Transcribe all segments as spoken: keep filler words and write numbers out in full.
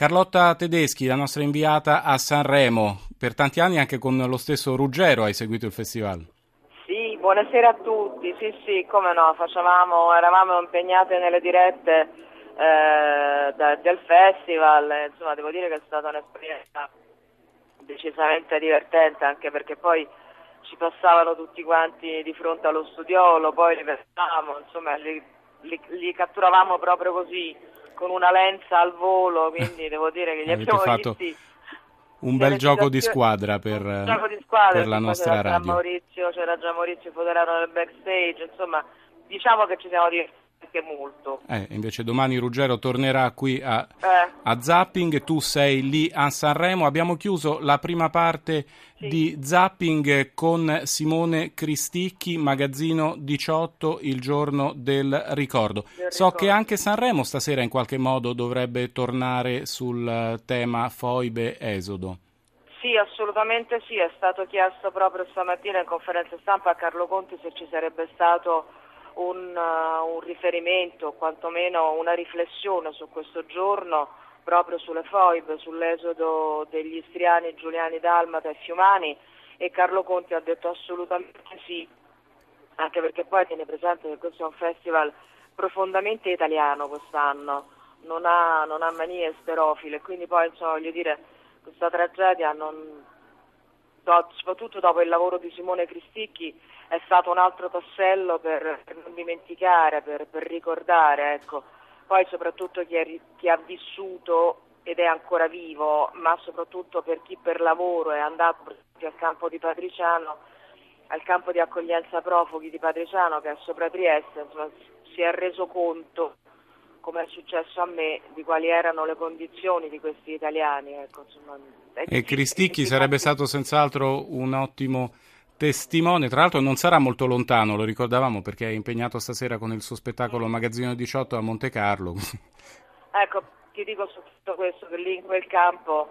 Carlotta Tedeschi, la nostra inviata a Sanremo, per tanti anni anche con lo stesso Ruggero hai seguito il festival. Sì, buonasera a tutti, sì sì, come no, facevamo, eravamo impegnate nelle dirette eh, da, del festival, e, insomma devo dire che è stata un'esperienza decisamente divertente, anche perché poi ci passavano tutti quanti di fronte allo studiolo, poi li vedevamo, insomma li, li, li catturavamo proprio così, con una lenza al volo, quindi devo dire che li Avete abbiamo fatto visti un bel nelle gioco di situazioni, squadra un per, gioco di squadra, per la perché poi c'era nostra già radio. Maurizio, c'era già Maurizio Foderaro nel backstage, insomma diciamo che ci siamo divertiti anche molto. Eh, invece domani Ruggero tornerà qui a, Eh, a Zapping, tu sei lì a Sanremo. Abbiamo chiuso la prima parte sì, di Zapping con Simone Cristicchi, Magazzino diciotto, il giorno del ricordo. del So che ricordo. anche Sanremo stasera in qualche modo dovrebbe tornare sul tema foibe esodo. Sì, assolutamente sì, è stato chiesto proprio stamattina in conferenza stampa a Carlo Conti se ci sarebbe stato un, uh, un riferimento, quantomeno una riflessione su questo giorno, proprio sulle foibe, sull'esodo degli istriani, giuliani, dalmata e fiumani, e Carlo Conti ha detto assolutamente sì, anche perché poi tiene presente che questo è un festival profondamente italiano quest'anno, non ha, non ha manie esterofile, quindi poi insomma voglio dire, questa tragedia non, do- soprattutto dopo il lavoro di Simone Cristicchi è stato un altro tassello per, per non dimenticare, per, per ricordare, ecco. Poi soprattutto chi, è, ri- chi ha vissuto ed è ancora vivo, ma soprattutto per chi per lavoro è andato per esempio al campo di Patriciano, al campo di accoglienza profughi di Patriciano che è sopra Trieste, insomma, si è reso conto, come è successo a me, di quali erano le condizioni di questi italiani. Ecco, insomma, è E difficile che Cristicchi si sarebbe pensi. stato senz'altro un ottimo testimone, tra l'altro non sarà molto lontano, lo ricordavamo perché è impegnato stasera con il suo spettacolo Magazzino diciotto a Monte Carlo. Ecco, ti dico su tutto questo che lì in quel campo,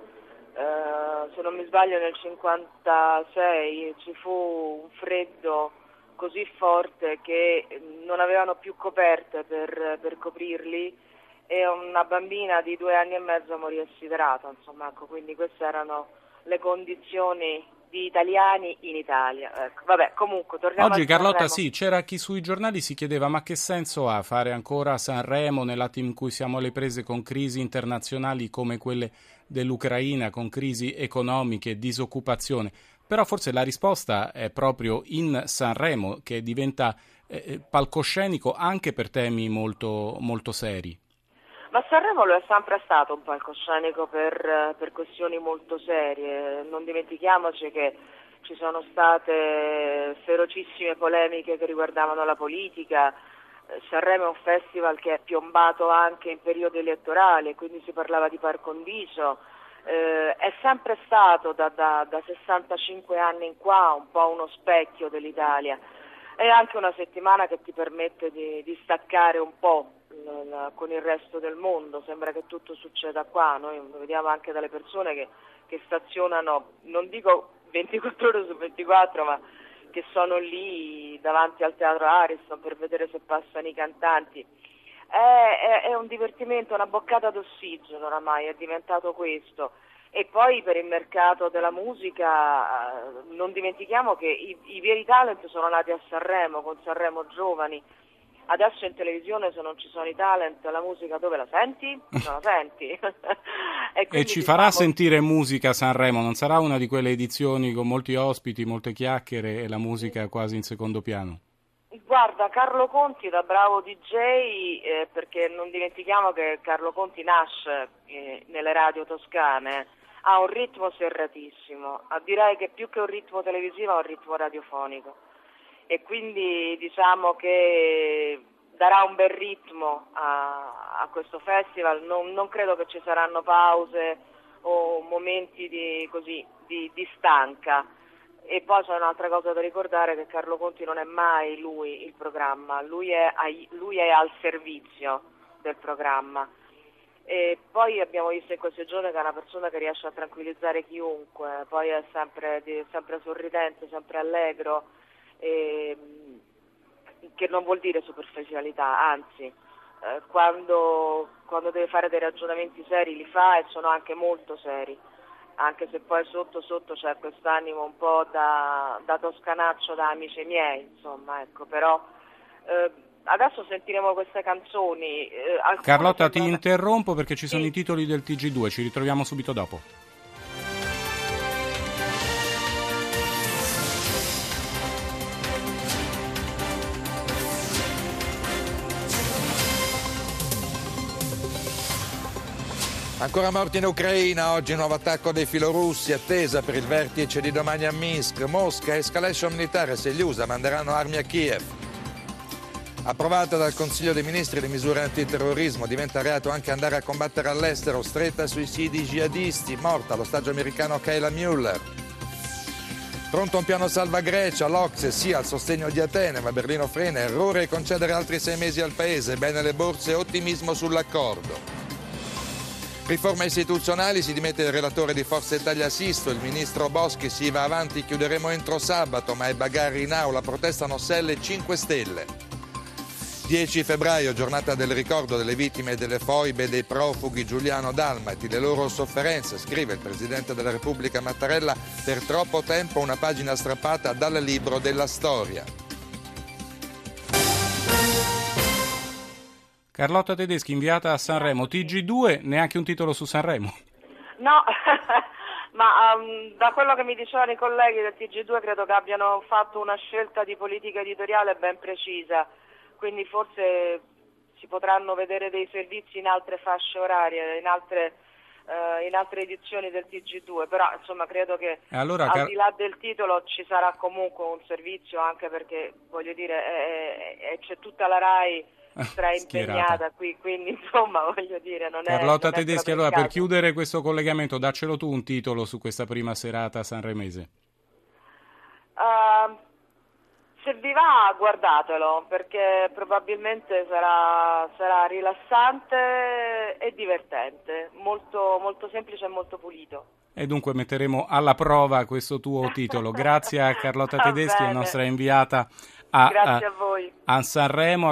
eh, se non mi sbaglio nel cinquantasei ci fu un freddo così forte che non avevano più coperte per, per coprirli e una bambina di due anni e mezzo morì assiderata, insomma, ecco, quindi queste erano le condizioni di italiani in Italia. Ecco, vabbè, comunque torniamo Oggi a Carlotta, Sanremo. sì, c'era chi sui giornali si chiedeva ma che senso ha fare ancora Sanremo nell'attimo in cui siamo alle prese con crisi internazionali come quelle dell'Ucraina, con crisi economiche, disoccupazione. Però forse la risposta è proprio in Sanremo che diventa eh, palcoscenico anche per temi molto, molto seri. Ma Sanremo lo è sempre stato un palcoscenico per, per questioni molto serie, non dimentichiamoci che ci sono state ferocissime polemiche che riguardavano la politica. Eh, Sanremo è un festival che è piombato anche in periodi elettorali, quindi si parlava di par condicio. Eh, è sempre stato da, da, da sessantacinque anni in qua un po' uno specchio dell'Italia. È anche una settimana che ti permette di, di staccare un po' nel- con il resto del mondo, sembra che tutto succeda qua, noi lo vediamo anche dalle persone che, che stazionano, non dico ventiquattro ore su ventiquattro, ma che sono lì davanti al teatro Ariston per vedere se passano i cantanti. È, è, è un divertimento, una boccata d'ossigeno oramai, è diventato questo. E poi per il mercato della musica eh, non dimentichiamo che i, i veri talent sono nati a Sanremo, con Sanremo Giovani. Adesso in televisione se non ci sono i talent, la musica dove la senti? Non la senti. E E quindi ci farà diciamo, sentire musica Sanremo, non sarà una di quelle edizioni con molti ospiti, molte chiacchiere e la musica quasi in secondo piano. guarda, Carlo Conti da bravo D J, eh, perché non dimentichiamo che Carlo Conti nasce eh, nelle radio toscane, ha un ritmo serratissimo, ah, direi che più che un ritmo televisivo ha un ritmo radiofonico e quindi diciamo che darà un bel ritmo a, a questo festival, non, non credo che ci saranno pause o momenti di, così, di, di stanca. E poi c'è un'altra cosa da ricordare, che Carlo Conti non è mai lui il programma, lui è, ai- lui è al servizio del programma. E poi abbiamo visto in questi giorni che è una persona che riesce a tranquillizzare chiunque, poi è sempre, di- sempre sorridente, sempre allegro, e, che non vuol dire superficialità, anzi, eh, quando, quando deve fare dei ragionamenti seri li fa, e sono anche molto seri, anche se poi sotto sotto c'è quest'animo un po' da, da toscanaccio da amici miei, insomma, ecco, però eh, adesso sentiremo queste canzoni. Eh, Carlotta, sembrano... ti interrompo perché ci sono sì. i titoli del T G due, ci ritroviamo subito dopo. Ancora morti in Ucraina, oggi nuovo attacco dei filorussi, attesa per il vertice di domani a Minsk. Mosca, escalation militare se gli U S A manderanno armi a Kiev. Approvata dal Consiglio dei Ministri le misure antiterrorismo, diventa reato anche andare a combattere all'estero, stretta sui siti jihadisti, morta l'ostaggio americano Kayla Mueller. Pronto un piano salva Grecia, l'O C S E sì al sostegno di Atene, ma Berlino frena, errore concedere altri sei mesi al paese, bene le borse, ottimismo sull'accordo. Riforme istituzionali, si dimette il relatore di Forza Italia Sisto, il ministro Boschi si va avanti, chiuderemo entro sabato, ma i bagarri in aula, protestano S E L e cinque Stelle. dieci febbraio, giornata del ricordo delle vittime delle foibe dei profughi giuliano-dalmati, le loro sofferenze, scrive il Presidente della Repubblica Mattarella, per troppo tempo una pagina strappata dal libro della storia. Carlotta Tedeschi, inviata a Sanremo, T G due, neanche un titolo su Sanremo. No, ma um, da quello che mi dicevano i colleghi del T G due credo che abbiano fatto una scelta di politica editoriale ben precisa, quindi forse si potranno vedere dei servizi in altre fasce orarie, in altre, uh, in altre edizioni del T G due, però insomma credo che allora, al car- di là del titolo ci sarà comunque un servizio, anche perché voglio dire è, è, è, c'è tutta la RAI stra impegnata qui, quindi insomma voglio dire non è Carlotta non è Tedeschi, allora per chiudere questo collegamento daccelo tu un titolo su questa prima serata sanremese. Uh, se vi va guardatelo, perché probabilmente sarà, sarà rilassante e divertente, molto, molto semplice e molto pulito. E dunque metteremo alla prova questo tuo titolo. Grazie a Carlotta Tedeschi, la nostra inviata a, Grazie a voi. a Sanremo.